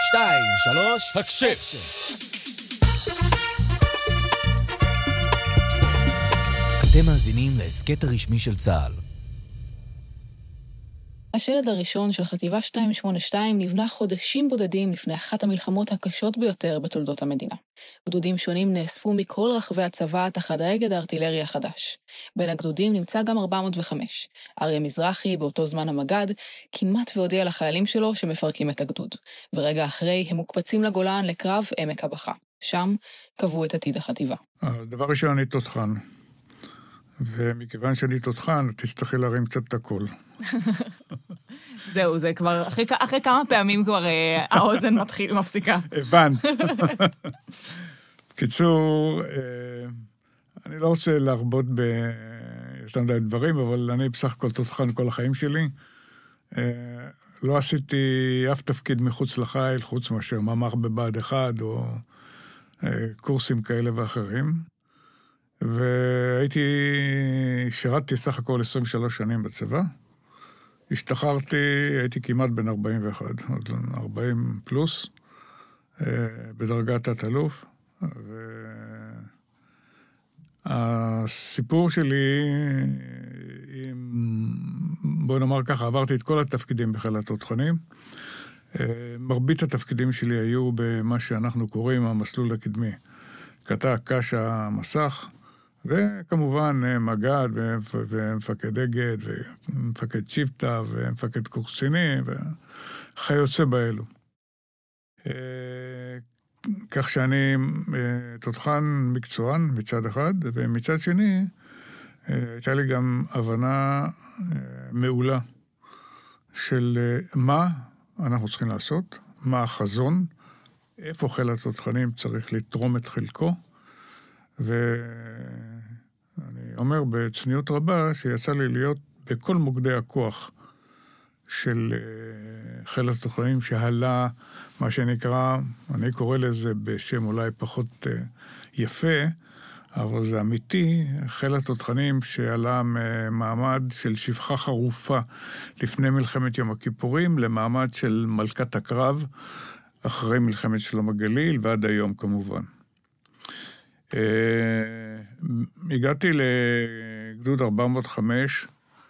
2, 3, הקשב. אתם מאזינים להסקט הרשמי של צה"ל. השלד הראשון של חטיבה 282 נבנה חודשים בודדים לפני אחת המלחמות הקשות ביותר בתולדות המדינה. גדודים שונים נאספו מכל רחבי הצבא תחת אגד הארטילרי החדש. בין הגדודים נמצא גם 405. אריה מזרחי, באותו זמן המג"ד, כמעט והודיע לחיילים שלו שמפרקים את הגדוד. ורגע אחרי הם מוקפצים לגולן לקרב עמק הבכה. שם קבעו את עתיד החטיבה. דבר ראשון, אני תותחן. ומכיוון שאני תותחן, תצטרכי להרים קצת את הכל. זהו, זה כבר, אחרי כמה פעמים כבר האוזן מפסיקה. הבנת. בקיצור, אני לא רוצה להרבות יש לנו דברים, אבל אני בסך הכל תותחן כל החיים שלי. לא עשיתי אף תפקיד מחוץ לחיל, חוץ מאשר ממ"ח בבה"ד 1, או קורסים כאלה ואחרים. שירתתי סך הכל 23 שנים בצבא. השתחררתי, הייתי כמעט בן 41, עוד 40 פלוס, בדרגת תת-אלוף. והסיפור שלי, בוא נאמר ככה, עברתי את כל התפקידים בחיל התותחנים. מרבית התפקידים שלי היו במה שאנחנו קוראים המסלול הקדמי. קטע, קשה, מסך, וכמובן מג"ד ומפקד אגד ומפקד שבטה ומפקד קורסיני וכיוצא באלו. כך שאני תותחן מקצוען מצד אחד, ומצד שני הייתה לי גם הבנה מעולה של מה אנחנו צריכים לעשות, מה החזון, איפה חיל התותחנים צריך לתרום את חלקו, ואני אומר בצניעות רבה שיצא לי להיות בכל מוקדי הכוח של חיל התותחנים שהעלה מה שנקרא, אני קורא לזה בשם אולי פחות יפה, אבל זה אמיתי, חיל התותחנים שעלה ממעמד של שפחה חרופה לפני מלחמת יום הכיפורים למעמד של מלכת הקרב אחרי מלחמת שלום הגליל ועד היום כמובן. הגעתי לגדוד 405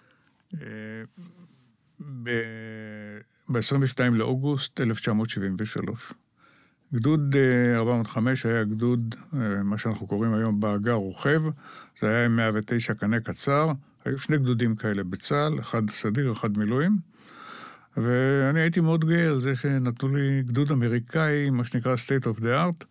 ב-22 לאוגוסט 1973. גדוד 405 היה גדוד, מה שאנחנו קוראים היום בעגה רוכב, זה היה עם 109 קנה קצר, היו שני גדודים כאלה בצה"ל, אחד סדיר, אחד מילואים, ואני הייתי מאוד גאה על זה שנתנו לי גדוד אמריקאי, מה שנקרא state of the art,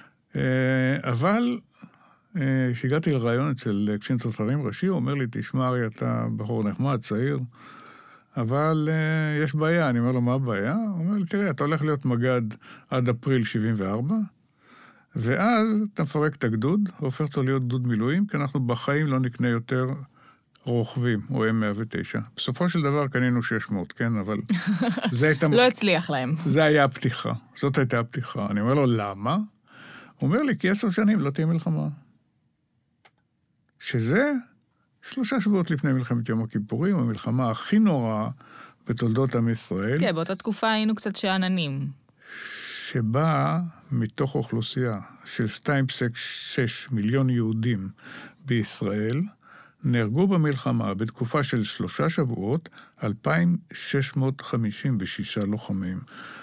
אבל כשהגעתי לרעיון אצל קצין תותחנים ראשי, הוא אומר לי, תשמע ארי, אתה בחור נחמד, צעיר, אבל יש בעיה. אני אומר לו, מה הבעיה? הוא אומר לי, תראה, אתה הולך להיות מג"ד עד אפריל 74, ואז אתה מפרק את הגדוד, הופך אותו להיות גדוד מילואים, כי אנחנו בחיים לא נקנה יותר רוכבים, או M109. בסופו של דבר קנינו 600, כן? אבל זה הייתה... לא הצליח להם. זה היה הפתיחה. זאת הייתה הפתיחה. אני אומר לו, למה? הוא אומר לי, כי 10 שנים לא תהיה מלחמה. שזה 3 שבועות לפני מלחמת יום הכיפורים, המלחמה הכי נוראה בתולדות עם ישראל. כן, באותה תקופה היינו קצת שעננים. שבאה מתוך אוכלוסייה של 2.6 מיליון יהודים בישראל, נהרגו במלחמה בתקופה של 3 שבועות 2,656 לוחמים.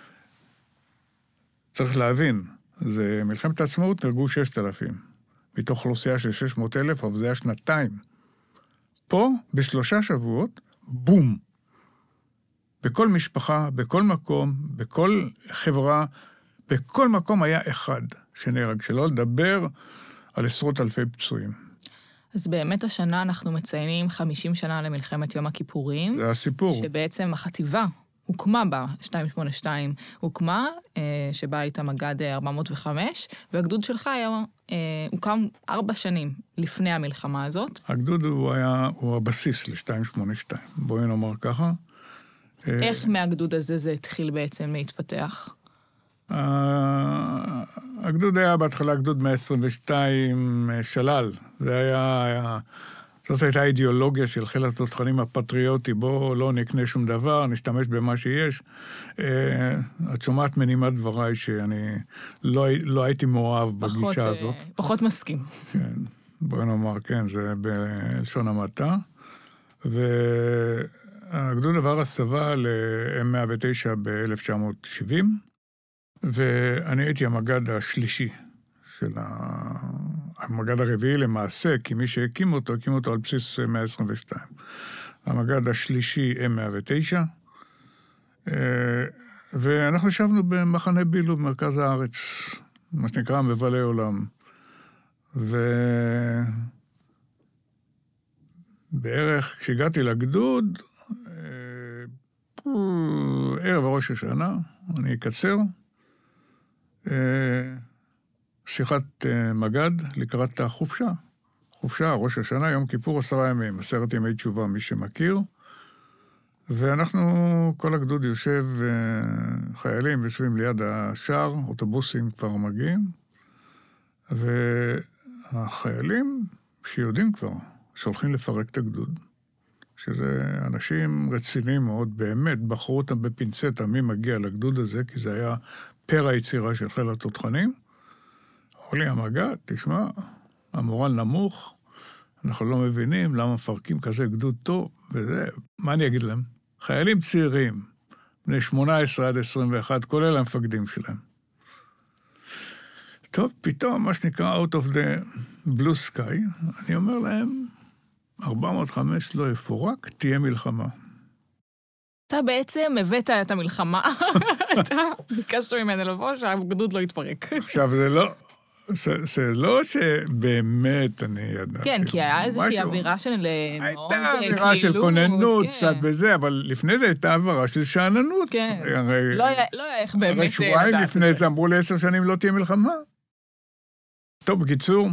צריך להבין, זה מלחמת העצמאות נהרגו 6,000. מתוך אוכלוסייה של 600,000, אבל זה היה 2 פה, ב3 שבועות, בום. בכל משפחה, בכל מקום, בכל חברה, בכל מקום היה אחד שנהרג, שלא לדבר על עשרות אלפי פצועים. אז באמת השנה אנחנו מציינים 50 שנה למלחמת יום הכיפורים. זה הסיפור. שבעצם החטיבה הוקמה בה, 282 הוקמה, שבה הייתה מג"ד 405, והגדוד שלך היה, הוקם 4 שנים לפני המלחמה הזאת. הגדוד הוא הבסיס ל-282, בואי נאמר ככה. איך מהגדוד הזה זה התחיל בעצם להתפתח? הגדוד היה בהתחלה גדוד 122 שלל, זה היה זאת הייתה אידיאולוגיה של חיל התותחנים הפטריוטי, בוא לא נקנה שום דבר, נשתמש במה שיש. את שומעת מנימת דבריי שאני לא הייתי מאוהב בגישה הזאת. פחות מסכים. כן, בואי נאמר, כן, זה בלשון המעטה. והגדוד עבר הסבה ל-M109 ב-1970, ואני הייתי המג"ד השלישי של המג"ד הרביעי למעשה, כי מי שהקים אותו על בסיס 122. המג"ד השלישי M109, ואנחנו ישבנו במחנה בילו במרכז הארץ, מה שנקרא מבלי עולם. ובערך כשהגעתי לגדוד, ערב ראש השנה, אני אקצר, שיחת מג"ד לקראת החופשה. חופשה, ראש השנה, יום כיפור 10 ימים, 10 ימי תשובה, מי שמכיר. ואנחנו, כל הגדוד יושב, חיילים יושבים ליד השער, אוטובוסים כבר מגיעים, והחיילים שיודעים כבר, שהולכים לפרק את הגדוד, שזה אנשים רציניים מאוד, באמת, בחרו אותם בפינצטה, מי מגיע לגדוד הזה, כי זה היה פר היצירה של חיל התותחנים. אמרו לי, המג"ד, תשמע, המורל נמוך, אנחנו לא מבינים למה מפרקים כזה גדוד טוב, וזה, מה אני אגיד להם? חיילים צעירים, בני 18 עד 21, כולל המפקדים שלהם. טוב, פתאום, מה שנקרא out of the blue sky, אני אומר להם, 405 לא יפורק, תהיה מלחמה. אתה בעצם הבאת את המלחמה, אתה ביקשת ממנו לבוא שהגדוד לא יתפרק. עכשיו, זה לא שבאמת אני ידעתי. כן, כי היה איזושהי אווירה של מאוד הייתה אווירה של כוננות, קצת בזה, אבל לפני זה הייתה אווירה של שאננות. כן, לא היה איך באמת. הרי שבועיים לפני זה אמרו לי 10 שנים לא תהיה מלחמה. טוב, בקיצור,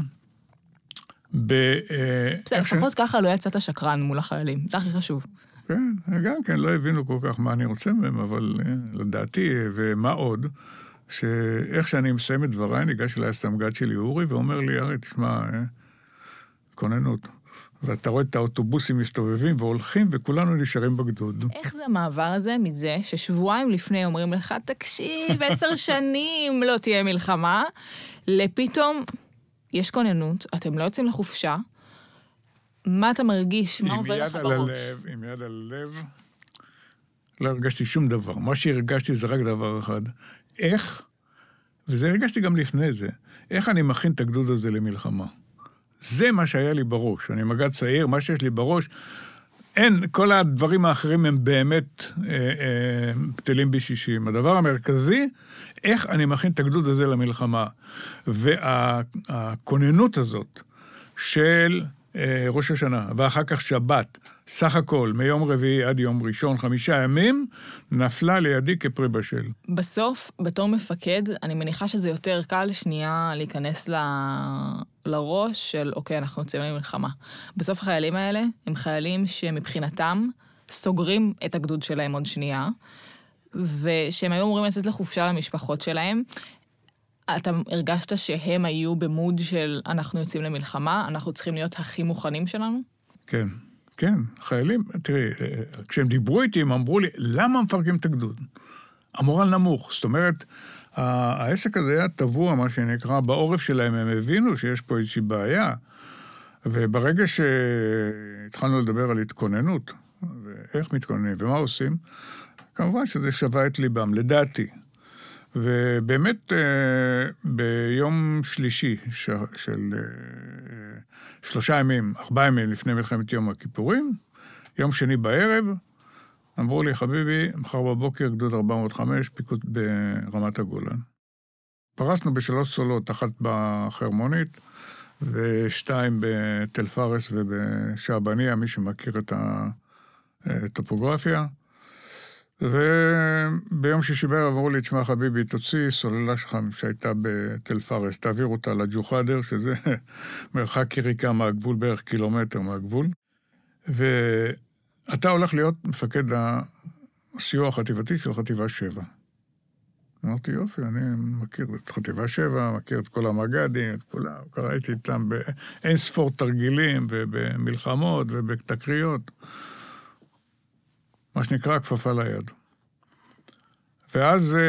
בסדר, לפחות ככה לא יצאת שקרן מול החיילים, זה הכי חשוב. כן, גם כן, לא הבינו כל כך מה אני רוצה מהם, אבל לדעתי, ומה עוד, שאיך שאני מסיים את דבריי, ניגש אליי הסמג"ד שלי אורי, ואומר לי, הרי, תשמע, כוננות. ואתה רואה את האוטובוסים מסתובבים והולכים, וכולנו נשארים בגדוד. איך זה המעבר הזה מזה ששבועיים לפני אומרים לך, תקשיב, 10 שנים לא תהיה מלחמה, לפתאום יש כוננות, אתם לא יוצאים לחופשה, מה אתה מרגיש? מה עובר לך בראש? עם יד על הלב, לא הרגשתי שום דבר. מה שהרגשתי זה רק דבר אחד. איך, וזה הרגשתי גם לפני זה, איך אני מכין את הגדוד הזה למלחמה. זה מה שהיה לי בראש. אני מג"ד צעיר, מה שיש לי בראש, אין, כל הדברים האחרים הם באמת פתלים ב-60. הדבר המרכזי, איך אני מכין את הגדוד הזה למלחמה. והכוננות הזאת של ראש השנה, ואחר כך שבת, סך הכל, מיום רביעי עד יום ראשון, 5 ימים, נפלה לידי כפרי בשל. בסוף, בתור מפקד, אני מניחה שזה יותר קל שנייה להיכנס לראש של, אוקיי, אנחנו יוצאים למלחמה. בסוף החיילים האלה הם חיילים שמבחינתם סוגרים את הגדוד שלהם עוד שנייה, ושהם היו אמורים לצאת לחופשה למשפחות שלהם. אתה הרגשת שהם היו במוד של אנחנו יוצאים למלחמה, אנחנו צריכים להיות הכי מוכנים שלנו? כן, כן, חיילים, תראי, כשהם דיברו איתי, הם אמרו לי, למה מפרקים את הגדוד? המורל נמוך, זאת אומרת, העסק הזה היה טבוע, מה שנקרא, בעורף שלהם, הם הבינו שיש פה איזושהי בעיה, וברגע שהתחלנו לדבר על התכוננות, ואיך מתכוננים ומה עושים, כמובן שזה שווה את ליבם, לדעתי. ובאמת ביום שלישי של 3 ימים, 4 ימים לפני מלחמת יום הכיפורים, יום שני בערב, אמרו לי, חביבי, מחר בבוקר גדוד 405, פיקוד ברמת הגולן. פרסנו ב3 סולות, אחת בחרמונית, ו2 בתל פרס ובשעבניה, מי שמכיר את הטופוגרפיה. וביום שישי בערב אמרו לי, תשמע חביבי, תוציא סוללה שלך שהייתה בתל פרס, תעביר אותה לג'וחדר, שזה מרחק יריקה מהגבול, בערך 1 קילומטר מהגבול, ואתה הולך להיות מפקד הסיוע החטיבתי של חטיבה 7. אמרתי, יופי, אני מכיר את חטיבה 7, מכיר את כל המג"דים, את כולם, קראתי איתם באין ספור תרגילים ובמלחמות ובתקריות. מה שנקרא כפפה ליד. ואז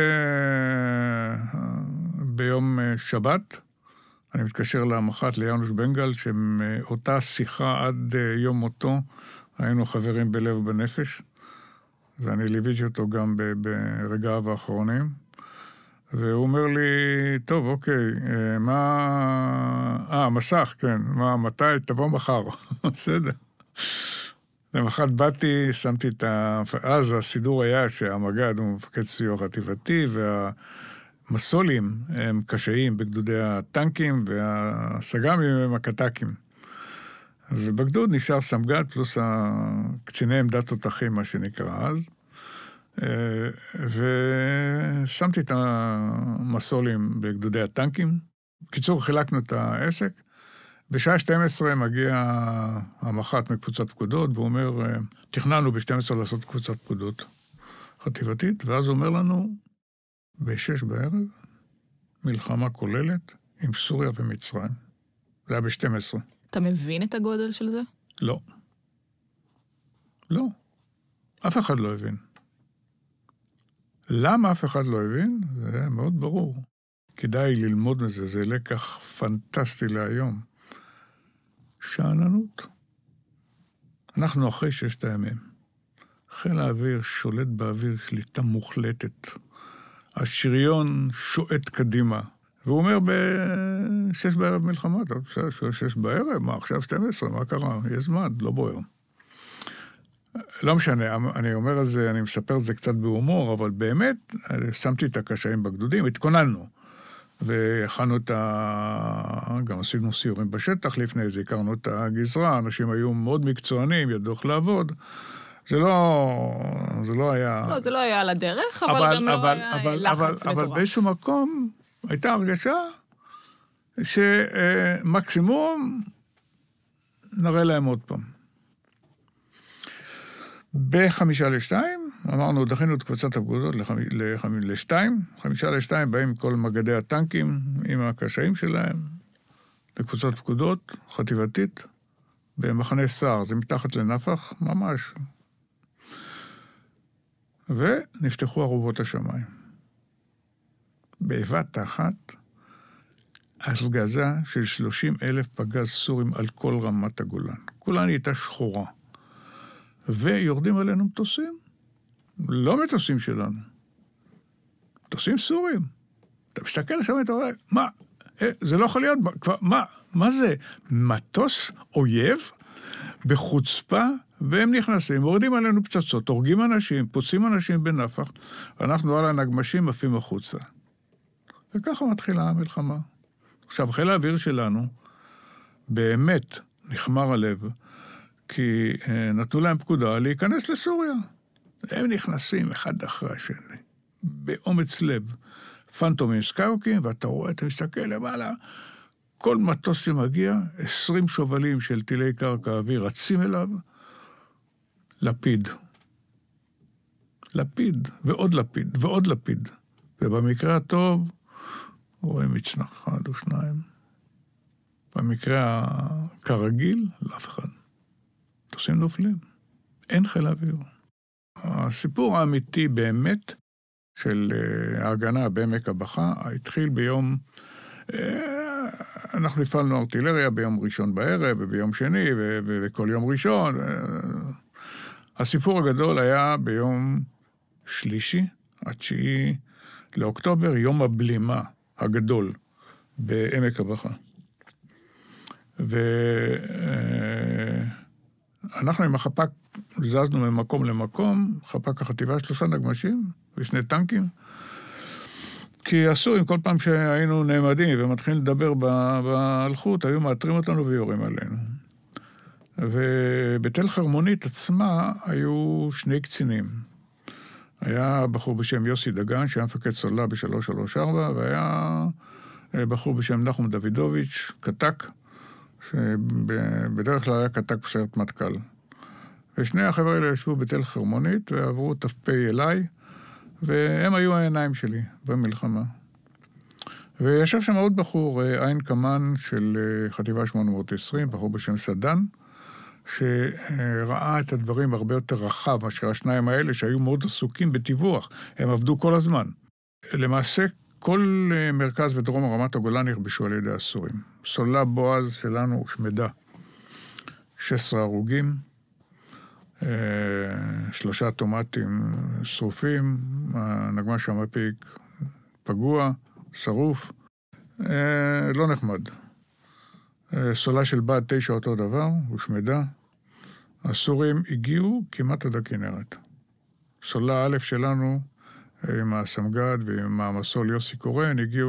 ביום שבת, אני מתקשר למח"ט ליאנוש בנגל, שאותה שיחה עד יום מותו, היינו חברים בלב ובנפש, ואני ליוויתי אותו גם ברגעיו האחרונים, והוא אומר לי, טוב, אוקיי, מסך, כן, מתי? תבוא מחר, בסדר. למחרת באתי, שמתי אז הסידור היה שהמג"ד הוא מפקד סיוע חטיבתי, והמסולים הם קשיים בגדודי הטנקים, והסג"מים הם הקטקים. ובגדוד נשאר סמג"ד פלוס קציני עמדת תותחים, מה שנקרא אז. ושמתי את המסולים בגדודי הטנקים. בקיצור, חילקנו את העסק. בשעה 12 מגיע המח"ט מקבוצת פקודות, והוא אומר, תכננו ב-12 לעשות קבוצת פקודות חטיבתית, ואז הוא אומר לנו, ב-6 בערב, מלחמה כוללת עם סוריה ומצרים. זה היה ב-12. אתה מבין את הגודל של זה? לא. לא. אף אחד לא הבין. למה אף אחד לא הבין? זה מאוד ברור. כדאי ללמוד מזה, זה לקח פנטסטי להיום. שעננות. אנחנו אחרי 6 הימים. חיל האוויר שולט באוויר שליטה מוחלטת. השריון שועט קדימה. והוא אומר ב-6 בערב מלחמה, אתה בסדר, 6 בערב, מה עכשיו 12, מה קרה? יש זמן, לא בוער. לא משנה, אני אומר את זה, אני מספר את זה קצת בהומור, אבל באמת, שמתי את הקשיים בגדודים, התכוננו. והכנו גם עשינו סיורים בשטח לפני זה, הכרנו את הגזרה, אנשים היו מאוד מקצוענים, ידעו איך לעבוד. זה לא היה... לא, זה לא היה על הדרך, אבל גם לא היה לחץ מטורף. אבל באיזשהו מקום הייתה הרגשה שמקסימום נראה להם עוד פעם. ב-1:55, אמרנו, דחינו את קבוצת הפקודות ל-2, 1:55 באים כל מגדי הטנקים עם הקשיים שלהם, לקבוצת פקודות חטיבתית, במחנה סער, זה מתחת לנפח, ממש. ונפתחו ארובות השמיים. בבת אחת, הפגזה של 30,000 פגז סורים על כל רמת הגולן. כולן הייתה שחורה. ויורדים עלינו מטוסים. לא מטוסים שלנו. מטוסים סורים. אתה מסתכל לשם ואתה אומר, מה? זה לא יכול להיות, מה זה? מטוס אויב בחוצפה, והם נכנסים, מורדים עלינו פצצות, הורגים אנשים, פוצעים אנשים בנפח, ואנחנו על הנגמשים עפים החוצה. וככה מתחילה המלחמה. עכשיו, חיל האוויר שלנו, באמת נחמר הלב, כי נתנו להם פקודה להיכנס לסוריה. הם נכנסים אחד אחרי השני, באומץ לב, פנטומים סקאוקים, ואתה רואה, אתה מסתכל למעלה, כל מטוס שמגיע, 20 שובלים של טילי קרקע אוויר רצים אליו, לפיד. לפיד, ועוד לפיד, ועוד לפיד. ובמקרה הטוב, רואים מצנח אחד או שניים. במקרה כרגיל, לא אף אחד. מטוסים נופלים. אין חיל אוויר. הסיפור האמיתי באמת של ההגנה בעמק הבכה התחיל ביום... אנחנו הפעלנו ארטילריה ביום ראשון בערב וביום שני וכל יום ראשון. הסיפור הגדול היה ביום שלישי, 9 לאוקטובר, יום הבלימה הגדול בעמק הבכה. ואנחנו עם החפ"ק זזנו ממקום למקום, חפ"ק החטיבה 3 נגמשים ו2 טנקים, כי הסורים כל פעם שהיינו נעמדים ומתחילים לדבר בהלכות, היו מאתרים אותנו ויורים עלינו. ובתל חרמונית עצמה היו 2 קצינים. היה בחור בשם יוסי דגן, שהיה מפקד סוללה ב-334, והיה בחור בשם נחום דוידוביץ', קטק, שבדרך כלל היה קטק בסיירת מטכ"ל. ושני החבר'ה האלה ישבו בתל חרמונית, ועברו ת"פ אליי, והם היו העיניים שלי במלחמה. וישב שם עוד בחור, עין קמן של חטיבה 820, בחור בשם סדן, שראה את הדברים הרבה יותר רחב, מאשר השניים האלה שהיו מאוד עסוקים בטיווח. הם עבדו כל הזמן. למעשה, כל מרכז ודרום רמת הגולן נכבשו על ידי הסורים. סוללה בועז שלנו הושמדה. 16 הרוגים, 3 אוטומטים שרופים, הנגמ"ש המפיק פגוע, שרוף, לא נחמד. סוללה של בד 9 אותו דבר, הושמדה. הסורים הגיעו כמעט עד הכנרת. סוללה א' שלנו, עם הסמג"ד ועם המסול יוסי קורן, הגיעו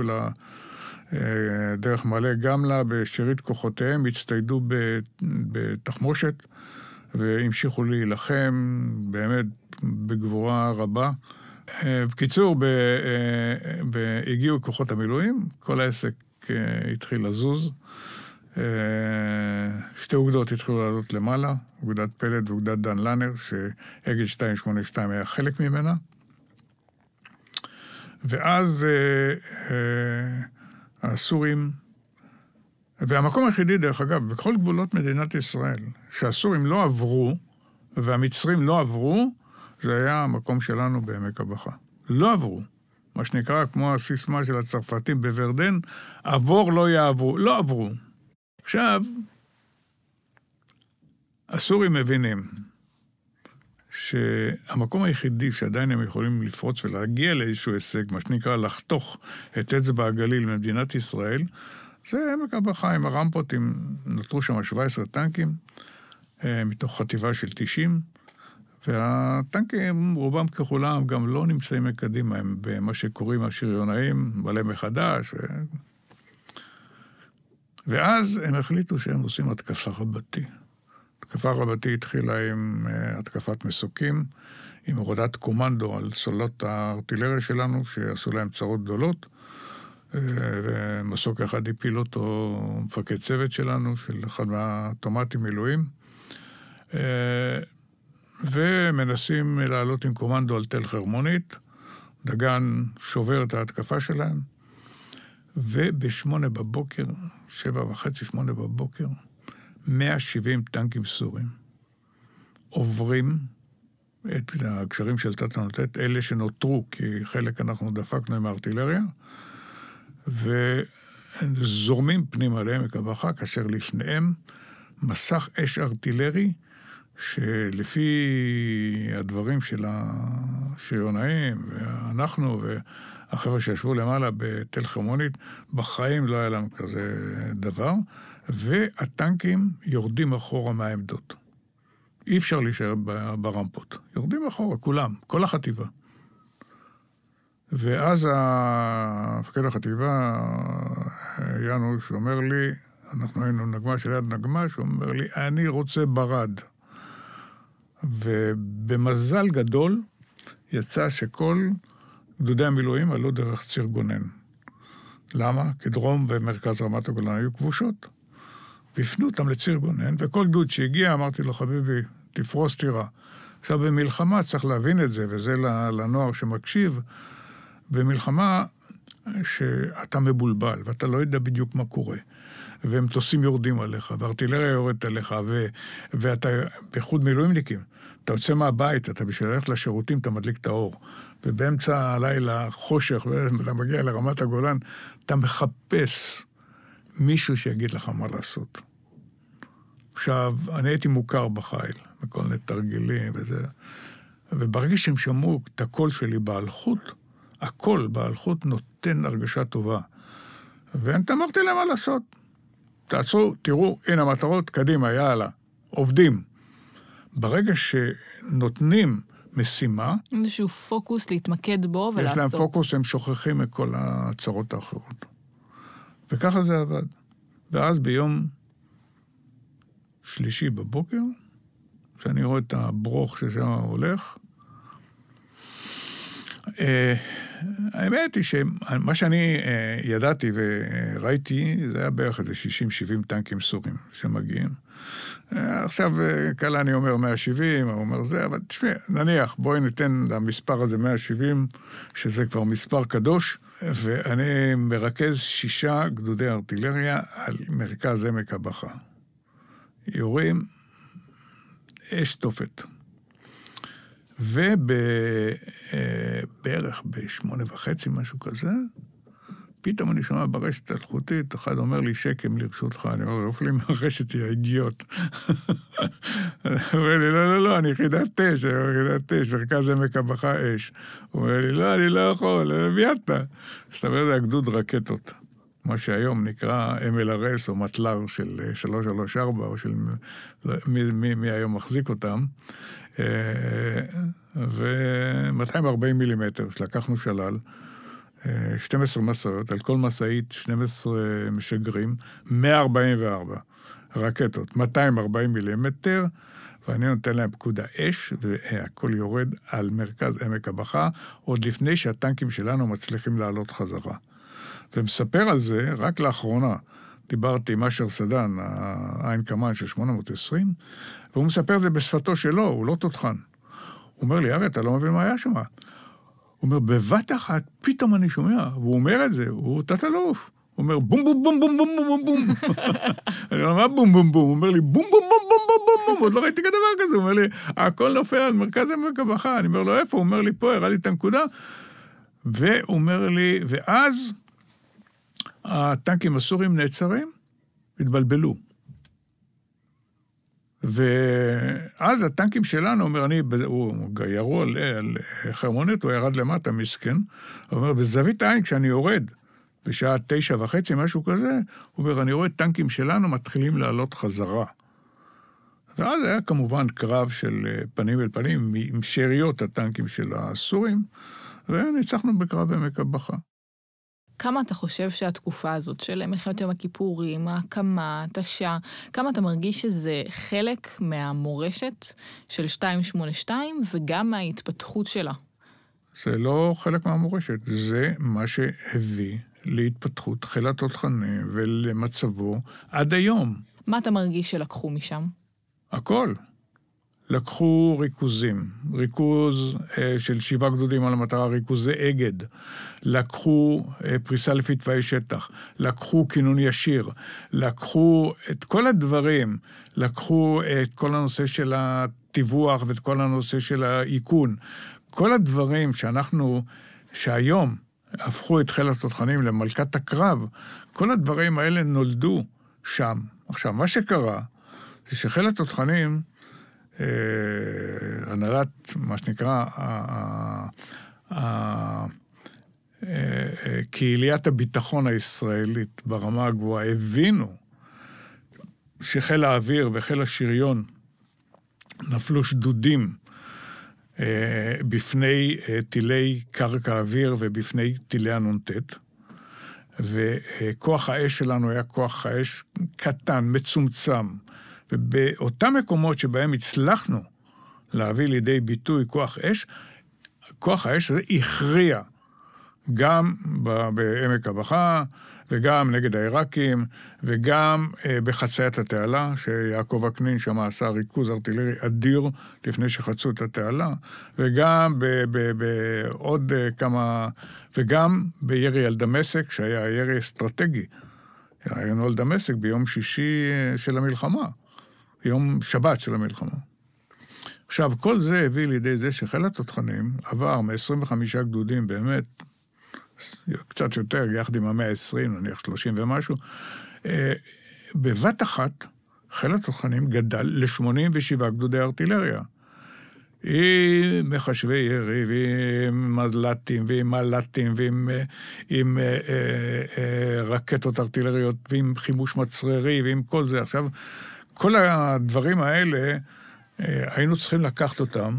לדרך מעלה גמלה בשארית כוחותיהם, הצטיידו בתחמושת, והמשיכו להילחם באמת בגבורה רבה. בקיצור, הגיעו כוחות המילואים, כל העסק התחיל לזוז, 2 אוגדות התחילו לעלות למעלה, אוגדת פלד ואוגדת דן לנר, שאגד 282 היה חלק ממנה, ואז הסורים, והמקום היחידי דרך אגב, בכל גבולות מדינת ישראל, שהסורים לא עברו, והמצרים לא עברו, זה היה המקום שלנו בעמק הבכה. לא עברו. מה שנקרא, כמו הסיסמה של הצרפתים בוורדן, עבור לא יעברו. לא עברו. עכשיו, הסורים מבינים שהמקום היחידי שעדיין הם יכולים לפרוץ ולהגיע לאיזשהו הישג, מה שנקרא לחתוך את אצבע הגליל ממדינת ישראל, זה עמק הבכה עם הרמפות, נותרו שם 17 טנקים, מתוך חטיבה של 90, והטנקים רובם ככולם גם לא נמצאים מקדימה, הם במה שקוראים השריונאים, מלא מחדש. ואז הם החליטו שהם עושים התקפה רבתי. התקפה רבתי התחילה עם התקפת מסוקים, עם הורדת קומנדו על סוללות הארטילריה שלנו, שעשו להם צרות גדולות, ומסוק אחד הפיל אותו מפקד צוות שלנו, של אחד מהאוטומטים מילואים, ומנסים לעלות עם קומנדו על תל חרמונית, דגן שובר את ההתקפה שלהם, וב-8 בבוקר, 7:30, 8 בבוקר, 170 טנקים סורים עוברים את הקשרים של תת הנותת, אלה שנותרו, כי חלק אנחנו דפקנו עם הארטילריה, וזורמים פנים עליהם מכבחה, כאשר לפניהם מסך אש ארטילרי, שלפי הדברים של השריונאים, ואנחנו והחבר'ה שישבו למעלה בתל חרמונית, בחיים לא היה לנו כזה דבר, והטנקים יורדים אחורה מהעמדות. אי אפשר להישאר ברמפות. יורדים אחורה, כולם, כל החטיבה. ואז מפקד החטיבה, יאנו, שאומר לי, אנחנו היינו נגמ"ש ליד נגמ"ש, הוא אומר לי, אני רוצה ברד. ובמזל גדול יצא שכל גדודי המילואים עלו דרך ציר גונן. למה? כי דרום ומרכז רמת הגולן היו כבושות. והפנו אותם לציר גונן, וכל גדוד שהגיע, אמרתי לו, חביבי, תפרוס תירה. עכשיו, במלחמה צריך להבין את זה, וזה לנוער שמקשיב, במלחמה שאתה מבולבל, ואתה לא יודע בדיוק מה קורה. ומטוסים יורדים עליך, וארטילריה יורדת עליך, ואתה בחוד מילואימניקים. אתה יוצא מהבית, אתה בשביל ללכת לשירותים, אתה מדליק את האור. ובאמצע הלילה חושך, ואתה מגיע לרמת הגולן, אתה מחפש מישהו שיגיד לך מה לעשות. עכשיו, אני הייתי מוכר בחיל, בכל מיני תרגילים וזה, וברגע שהם שמעו את הקול שלי בהלכות, הקול בהלכות נותן הרגשה טובה. ואני אמרתי להם מה לעשות. תעצרו, תראו, הנה המטרות, קדימה, יאללה, עובדים. ברגע שנותנים משימה, איזשהו פוקוס להתמקד בו ולעשות. יש להם פוקוס, הם שוכחים את כל הצרות האחרות. וככה זה עבד. ואז ביום שלישי בבוקר, כשאני רואה את הברוך ששם הולך, האמת היא שמה שאני ידעתי וראיתי, זה היה בערך איזה 60-70 טנקים סורים שמגיעים. עכשיו, קלה אני אומר 170, הוא אומר זה, אבל תשמע, נניח, בואי ניתן למספר הזה 170, שזה כבר מספר קדוש, ואני מרכז 6 גדודי ארטילריה על מרכז עמק הבכה. יורים אש תופת. ובערך ב8:30, משהו כזה, פתאום אני שומע ברשת אלחוטית, אחד אומר לי, שקם לרשותך, אני אומר, אופלי מהרשת היא האידיוט. הוא אומר לי, לא, אני יחידת אש, מרכז עמק הבכה אש. הוא אומר לי, לא, אני לא יכול, מיידת. זאת אומרת, זה הגדוד רקטות, מה שהיום נקרא MLRS או מטלר של 334, או של מי היום מחזיק אותם, ו-240 מילימטר, שלקחנו שלל, 12 מסעות, על כל מסעית 12 משגרים, 144 רקטות, 240 מילימטר, ואני נותן להם פקודה אש, והכל יורד על מרכז עמק הבכה, עוד לפני שהטנקים שלנו מצליחים לעלות חזרה. ומספר על זה, רק לאחרונה, דיברתי עם אשר סדן, העין קמן של 820, והוא מספר את זה בשפתו שלו, הוא לא תותחן. הוא אומר לי, הרי, אתה לא מבין מה היה שם. הוא אומר, בבת אחת, פתאום אני שומע, והוא אומר את זה, הוא תת-אלוף. הוא אומר, בום בום בום בום בום בום בום. אני אומר, מה בום בום בום? הוא אומר לי, בום בום בום בום בום בום בום. עוד לא ראיתי כדבר כזה. הוא אומר לי, הכל נופל על מרכז עמק הבכה. אני אומר לו, איפה? הוא אומר לי, פה, הראה לי את הנקודה. והוא אומר לי, ואז הטנקים הסורים נעצרים, התבלבלו. ואז הטנקים שלנו, אומר, הוא ירו על חרמונית, הוא ירד למטה מסכן, הוא אומר, בזווית העין, כשאני יורד, בשעה 9:30, משהו כזה, הוא אומר, אני רואה טנקים שלנו מתחילים לעלות חזרה. ואז היה כמובן קרב של פנים אל פנים, עם שאריות הטנקים של הסורים, וניצחנו בקרב עמק הבכה. כמה אתה חושב שהתקופה הזאת של מלחמת יום הכיפורים, ההקמה, התשה, כמה אתה מרגיש שזה חלק מהמורשת של 282 וגם מההתפתחות שלה? זה לא חלק מהמורשת, זה מה שהביא להתפתחות חיל התותחנים ולמצבו עד היום. מה אתה מרגיש שלקחו משם? הכל. לקחו ריכוזים, ריכוז של 7 גדודים על המטרה, ריכוזי אגד, לקחו פריסה לפי תוואי שטח, לקחו כינון ישיר, לקחו את כל הדברים, לקחו את כל הנושא של הטיווח ואת כל הנושא של העיקון, כל הדברים שהיום הפכו את חיל התותחנים למלכת הקרב, כל הדברים האלה נולדו שם. עכשיו, מה שקרה זה שחיל התותחנים הנהלת, מה שנקרא, קהיליית הביטחון הישראלית ברמה הגבוהה, הבינו שחיל האוויר וחיל השריון נפלו שדודים בפני טילי קרקע האוויר ובפני טילי הנונטט, וכוח האש שלנו היה כוח האש קטן, מצומצם, ובאותם מקומות שבהם הצלחנו להביא לידי ביטוי כוח האש הזה הכריע גם בעמק הבכה, וגם נגד העיראקים, וגם בחציית התעלה, שיעקב אקנין שם עשה ריכוז ארטילרי אדיר לפני שחצו את התעלה, וגם בעוד כמה, וגם בירי על דמשק, שהיה ירי אסטרטגי. היינו על דמשק ביום שישי של המלחמה. יום שבת של המלחמה. עכשיו, כל זה הביא לידי זה שחיל התותחנים עבר מ-25 גדודים באמת, קצת יותר, יחד עם ה-120, נניח 30 ומשהו, בבת אחת, חיל התותחנים גדל ל-87 גדודי ארטילריה. עם מחשבי ירי, ועם מזל"טים, ועם מל"טים, ועם רקטות ארטילריות, ועם חימוש מצררי, ועם כל זה. עכשיו, כל הדברים האלה, היינו צריכים לקחת אותם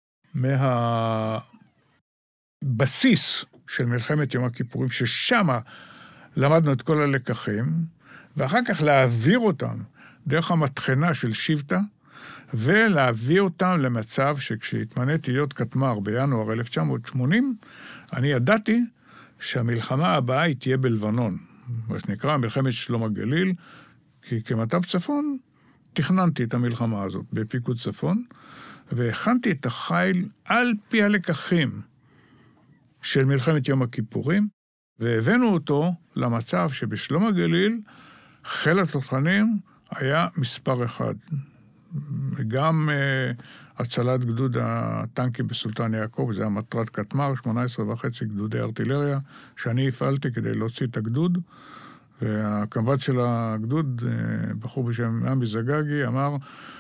מהבסיס של מלחמת יום הכיפורים, ששם למדנו את כל הלקחים, ואחר כך להעביר אותם דרך המטחנה של שבטה, ולהביא אותם למצב שכשהתמניתי להיות קטמ"ר בינואר 1980, אני ידעתי שהמלחמה הבאה היא תהיה בלבנון, מה שנקרא מלחמת שלום הגליל, כי כמטב צפון תכננתי את המלחמה הזאת בפיקוד צפון, והכנתי את החיל על פי הלקחים של מלחמת יום הכיפורים, והבאנו אותו למצב שבשלום הגליל חיל התותחנים היה מספר אחד. גם הצלת גדוד הטנקים בסולטן יעקב, זה היה מטרת קטמר, 18.5 גדודי ארטילריה, שאני הפעלתי כדי להוציא את הגדוד, והקמב"ץ של הגדוד, בחור בשם עמי זגגי, אמר,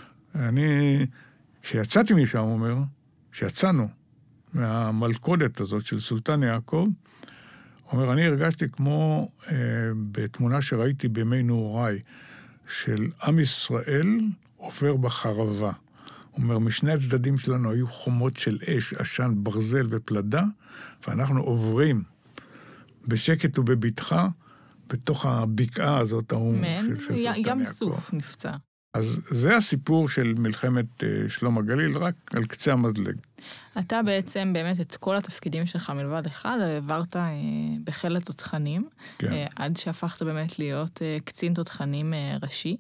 כשיצאתי משם, הוא אומר, כשיצאנו מהמלכודת הזאת של סולטן יעקב, הוא אומר, אני הרגשתי כמו בתמונה שראיתי בימי נעוריי, של עם ישראל עובר בחרבה. הוא אומר, משני הצדדים שלנו היו חומות של אש, עשן, ברזל ופלדה, ואנחנו עוברים בשקט ובבטחה, בתוך הבקעה הזאת, של סולטן יעקב. ים סוף נפצע. אז זה הסיפור של מלחמת שלום הגליל, רק על קצה המזלג. אתה בעצם באמת את כל התפקידים שלך מלבד אחד, העברת בחיל התותחנים, כן. עד שהפכת באמת להיות קצין תותחנים ראשי.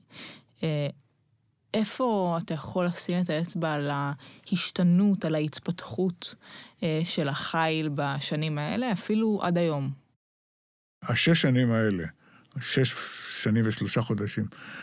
איפה אתה יכול לשים את האצבע על ההשתנות, על ההתפתחות של החיל בשנים האלה, אפילו עד היום? 6 שנים האלה, 6 שנים ו3 חודשים,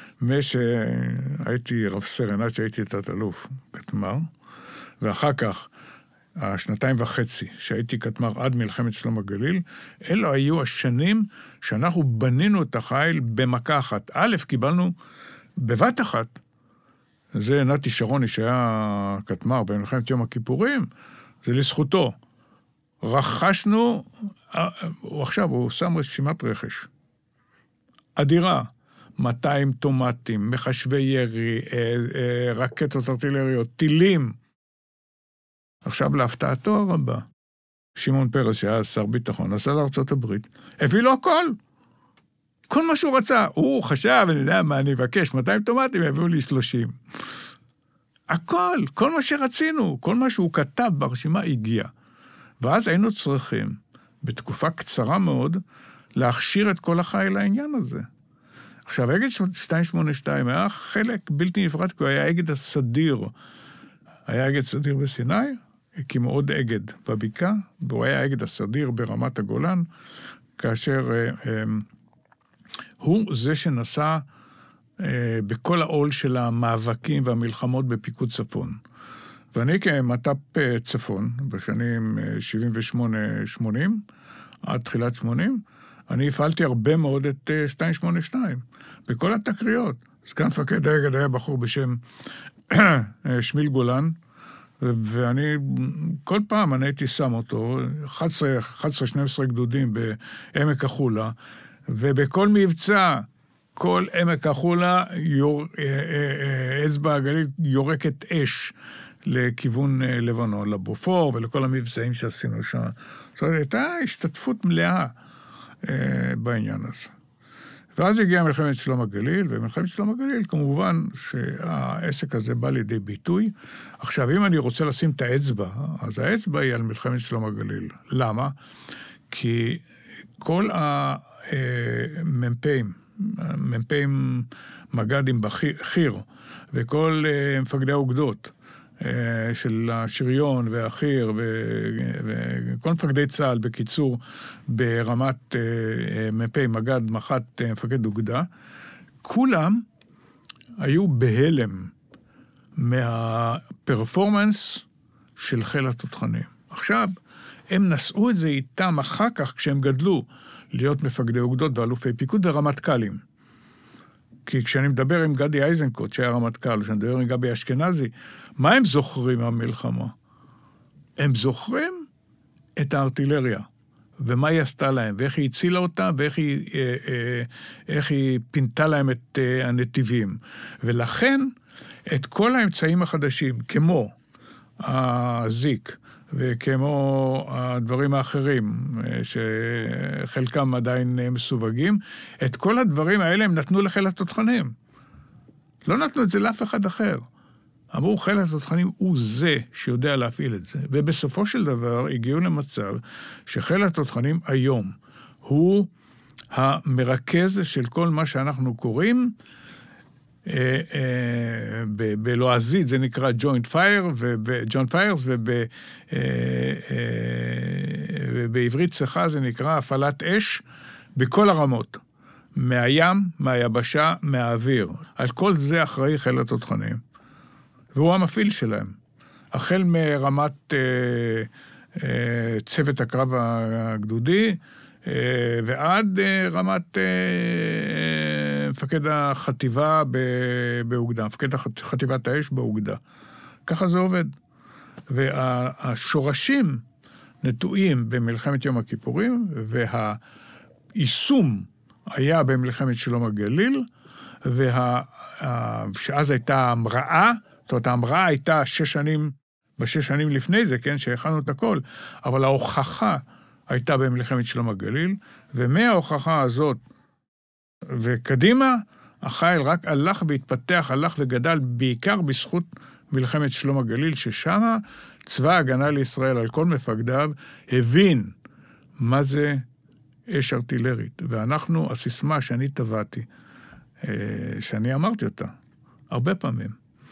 שהייתי רב סרן, עד שהייתי תת-אלוף, קטמר, ואחר כך, 2.5 שהייתי קטמר עד מלחמת שלום הגליל, אלו היו השנים שאנחנו בנינו את החיל במכה אחת. א', קיבלנו בבת אחת, זה נתי שרוני שהיה קטמר במלחמת יום הכיפורים, זה לזכותו. רכשנו, הוא שם רשימת רכש. אדירה, 200 טומטים, מחשבי ירי, רקטות ארטילריות, טילים. עכשיו להפתעתו הרבה, שמעון פרס שהיה שר ביטחון, נסע לארצות הברית, הביא לו הכל. כל מה שהוא רצה. הוא חשב, אני יודע מה אני אבקש, 200 טומטים, הביאו לי 30. הכל, כל מה שרצינו, כל מה שהוא כתב ברשימה הגיע. ואז היינו צריכים, בתקופה קצרה מאוד, להכשיר את כל החיל לעניין הזה. עכשיו, אגד 282 היה חלק בלתי נפרד, כי הוא היה אגד הסדיר. היה אגד סדיר בסיני, הקימו עוד אגד בבקעה, והוא היה אגד הסדיר ברמת הגולן, כאשר הוא זה שנסע בכל העול של המאבקים והמלחמות בפיקוד צפון. ואני כמט"פ צפון, בשנים 78-80, עד תחילת 80, אני הפעלתי הרבה מאוד את 282, בכל התקריות. סגן מפקד האגד היה בחור בשם שמיל גולן, ואני כל פעם אני הייתי שם אותו, 11-12 גדודים בעמק החולה, ובכל מבצע, כל עמק החולה, אצבע הגליל יורקת אש לכיוון לבנון, לבופור ולכל המבצעים שעשינו שם. זאת אומרת, הייתה השתתפות מלאה בעניין הזה. ואז הגיעה מלחמת שלום הגליל, ומלחמת שלום הגליל, כמובן שהעסק הזה בא לידי ביטוי. עכשיו, אם אני רוצה לשים את האצבע, אז האצבע היא על מלחמת שלום הגליל. למה? כי כל מ"פים מג"דים בחי"ר, וכל מפקדי האוגדות של השריון והחי"ר, וכל מפקדי צה"ל, בקיצור, ברמת מ"פ מג"ד, מח"ט, מפקד אוגדה, כולם היו בהלם מהפרפורמנס של חיל התותחנים. עכשיו, הם נשאו את זה איתם אחר כך, כשהם גדלו, להיות מפקדי אוגדות ואלופי פיקוד ורמטכ"לים. כי כשאני מדבר עם גדי איזנקוט, שהיה רמטכ"ל, כשאני מדבר עם גבי אשכנזי, מה הם זוכרים מהמלחמה? הם זוכרים את הארטילריה, ומה היא עשתה להם, ואיך היא הצילה אותה, ואיך היא פינתה להם את הנתיבים. ולכן, את כל האמצעים החדשים, כמו הזיק, וכמו הדברים האחרים, שחלקם עדיין מסווגים, את כל הדברים האלה הם נתנו לחיל התותחנים. לא נתנו את זה לאף אחד אחר. אמרו, חיל התותחנים הוא זה שיודע להפעיל את זה. ובסופו של דבר הגיעו למצב שחיל התותחנים היום הוא המרכז של כל מה שאנחנו קוראים, בלועזית זה נקרא Joint Fires, ובעברית צחה זה נקרא הפעלת אש בכל הרמות, מהים, מהיבשה, מהאוויר. על כל זה אחראי חיל התותחנים, והוא המפעיל שלהם. החל מרמת צוות הקרב הגדודי, ועד רמת מפקד החטיבה באוגדה, מפקד חטיבת האש באוגדה. ככה זה עובד. והשורשים נטועים במלחמת יום הכיפורים, והיישום היה במלחמת שלום הגליל, שאז הייתה המראה, זאת אומרת, ההמראה הייתה 6 שנים, ב6 שנים לפני זה, כן, שהכנו את הכל, אבל ההוכחה הייתה במלחמת שלום הגליל, ומההוכחה הזאת וקדימה, החיל רק הלך והתפתח, הלך וגדל, בעיקר בזכות מלחמת שלום הגליל, ששמה צבא ההגנה לישראל על כל מפקדיו הבין מה זה אש ארטילרית. ואנחנו, הסיסמה שאני טבעתי, שאני אמרתי אותה הרבה פעמים,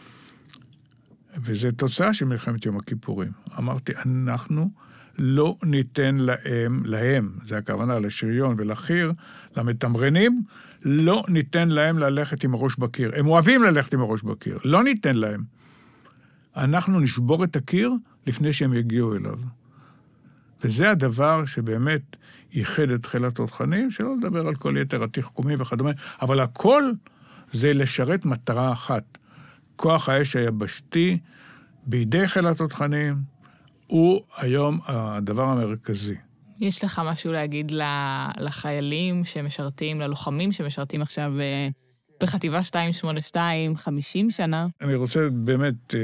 וזה תוצאה של מלחמת יום הכיפורים. אמרתי, אנחנו לא ניתן להם, זה הכוונה לשריון ולחיר, למתמרנים, לא ניתן להם ללכת עם הראש בקיר. הם אוהבים ללכת עם הראש בקיר, לא ניתן להם. אנחנו נשבור את הקיר לפני שהם יגיעו אליו. וזה הדבר שבאמת ייחד את חיל התותחנים, שלא לדבר על כל יתר התחכומים וכדומה, אבל הכל זה לשרת מטרה אחת. כוח האש היבשתי בידי חיל התותחנים הוא היום הדבר המרכזי. יש לך משהו להגיד לחיילים שמשרתים, ללוחמים שמשרתים עכשיו בחטיבה 282, 50 שנה? אני רוצה באמת,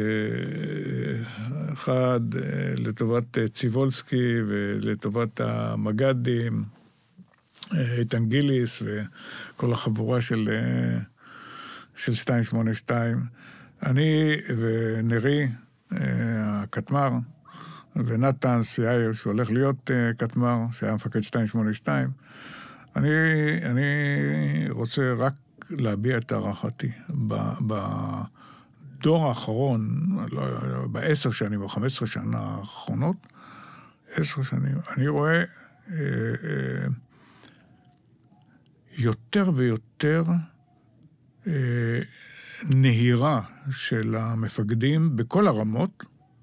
אחד, לטובת ציבולסקי ולטובת המג"דים, איתן גיליס וכל החבורה של 282. אני ונרי, הקטמר, ונתן סייר, שהולך להיות קטמר, שהיה מפקד 282, אני רוצה רק להביע את הערכתי. בדור האחרון, ב10 שנים או 15 שנה האחרונות, 10 שנים, אני רואה יותר ויותר נהירה של המפקדים בכל הרמות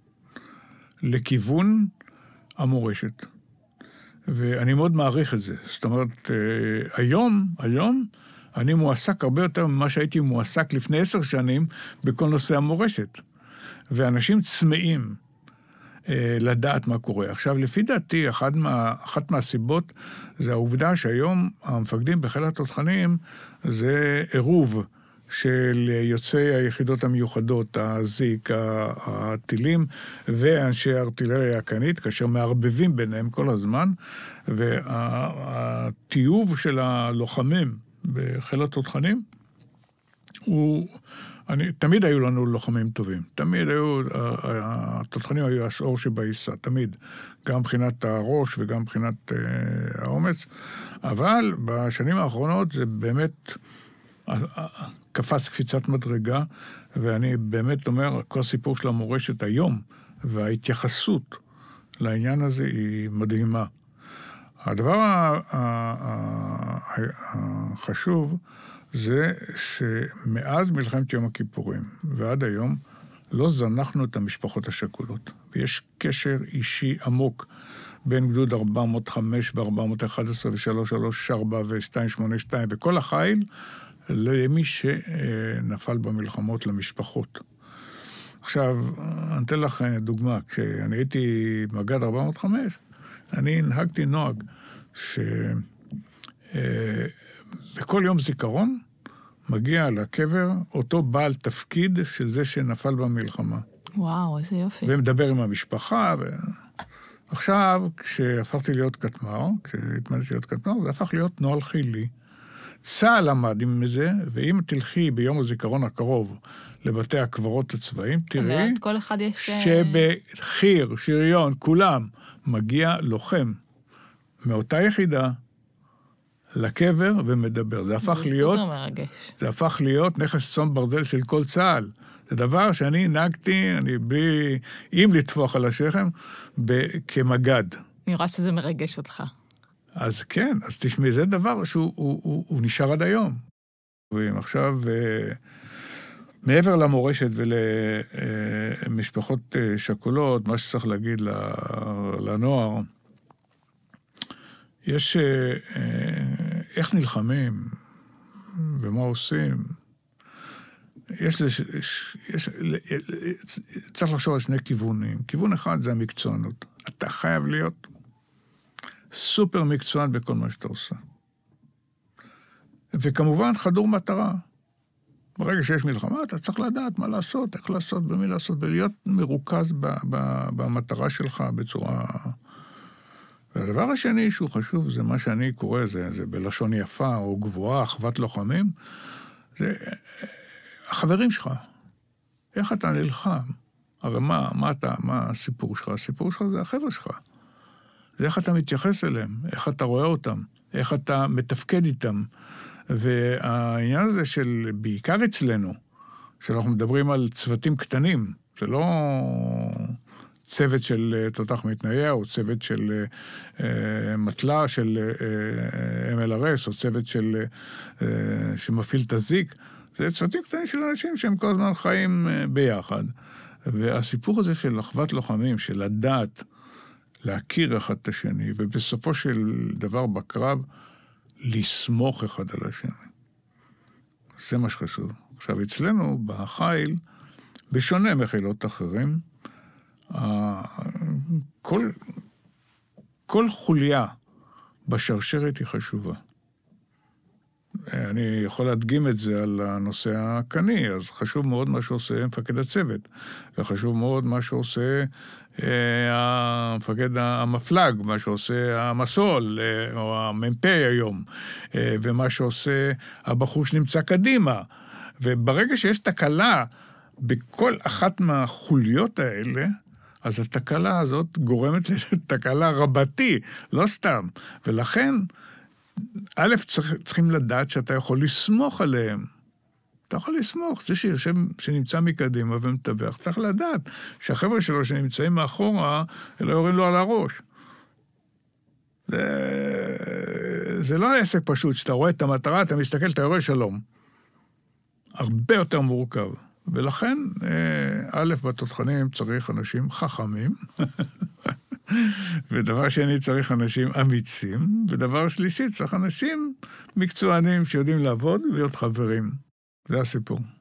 לכיוון המורשת. ואני מאוד מעריך את זה. זאת אומרת, היום אני מועסק הרבה יותר ממה שהייתי מועסק לפני 10 שנים בכל נושא המורשת. ואנשים צמאים לדעת מה קורה. עכשיו, לפי דעתי, אחת מהסיבות זה העובדה שהיום המפקדים בחיל התותחנים זה עירוב של יוצאי היחידות המיוחדות, הזיק, הטילים, ואנשי הארטילריה הקנית, כאשר מערבבים ביניהם כל הזמן, והטיוב של הלוחמים בחיל התותחנים, תמיד היו לנו לוחמים טובים, תמיד היו, התותחנים היו השאור שבעיסה, תמיד, גם מבחינת הראש וגם מבחינת האומץ, אבל בשנים האחרונות זה באמת קפץ קפיצת מדרגה, ואני באמת אומר, כל הסיפור של המורשת היום, וההתייחסות לעניין הזה היא מדהימה. הדבר החשוב זה שמאז מלחמת יום הכיפורים ועד היום לא זנחנו את המשפחות השכולות. ויש קשר אישי עמוק בין גדוד 405 ו-411 ו-334 ו-282 וכל החיל, למי שנפל במלחמות למשפחות. עכשיו, אני אתן לך דוגמה. כשאני הייתי מג"ד 405, אני הנהגתי נוהג שבכל יום זיכרון מגיע לקבר אותו בעל תפקיד של זה שנפל במלחמה. וואו, איזה יופי. ומדבר עם המשפחה. עכשיו, כשהפכתי להיות קטמר, כשהתמדתי להיות קטמר, זה הפך להיות נוהל חילי. צה"ל עמד עם זה, ואם תלכי ביום הזיכרון הקרוב לבתי הקברות הצבאיים, תראי, ועד כל אחד יש... שבחיר, שריון, כולם, מגיע לוחם מאותה יחידה לקבר ומדבר. זה הפך להיות... סופר מרגש. זה הפך להיות נכס צאן ברזל של כל צה"ל. זה דבר שאני נהגתי, אם לטפוח על השכם, כמגד. אני רואה שזה מרגש אותך. אז כן, אז תשמעי, זה דבר שהוא נשאר עד היום. ועכשיו, מעבר למורשת ולמשפחות שכולות, מה שצריך להגיד לנוער, יש איך נלחמים ומה עושים. צריך לחשוב על שני כיוונים. כיוון אחד זה המקצוענות. אתה חייב להיות סופר מקצוען בכל מה שאתה עושה. וכמובן חדור מטרה. ברגע שיש מלחמה, אתה צריך לדעת מה לעשות, איך לעשות, במי לעשות, ולהיות מרוכז במטרה שלך בצורה... והדבר השני שהוא חשוב, זה מה שאני קורא, זה בלשון יפה או גבוהה, אחוות לוחמים, זה החברים שלך. איך אתה נלחם? הרי מה הסיפור שלך? הסיפור שלך זה החבר'ה שלך. זה איך אתה מתייחס אליהם, איך אתה רואה אותם, איך אתה מתפקד איתם. והעניין הזה של, בעיקר אצלנו, שאנחנו מדברים על צוותים קטנים, זה לא צוות של תותח מתנייע, או צוות של מטלה של MLRS, או צוות שמפעיל את הזיק, זה צוותים קטנים של אנשים שהם כל הזמן חיים ביחד. והסיפור הזה של אחוות לוחמים, של לדעת, להכיר אחד את השני, ובסופו של דבר בקרב, לסמוך אחד על השני. זה מה שחשוב. עכשיו, אצלנו, בחיל, בשונה מחילות אחרים, כל חוליה בשרשרת היא חשובה. אני יכול להדגים את זה על הנושא הקני, אז חשוב מאוד מה שעושה מפקד הצוות, וחשוב מאוד מה שעושה המפקד המפלג, מה שעושה המסול, או המ"פ היום, ומה שעושה הבחור שנמצא קדימה. וברגע שיש תקלה בכל אחת מהחוליות האלה, אז התקלה הזאת גורמת לתקלה רבתי, לא סתם. ולכן, א', צריכים לדעת שאתה יכול לסמוך עליהם. אתה יכול לסמוך, זה שנמצא מקדימה ומטווח. צריך לדעת שהחבר'ה שלו שנמצאים מאחורה, לא יורים לו על הראש. זה לא עסק פשוט, שאתה רואה את המטרה, אתה מסתכל, אתה רואה שלום. הרבה יותר מורכב. ולכן, א', בתותחנים צריך אנשים חכמים, ודבר שני צריך אנשים אמיצים, ודבר שלישי צריך אנשים מקצוענים שיודעים לעבוד ולהיות חברים. זה הסיפור.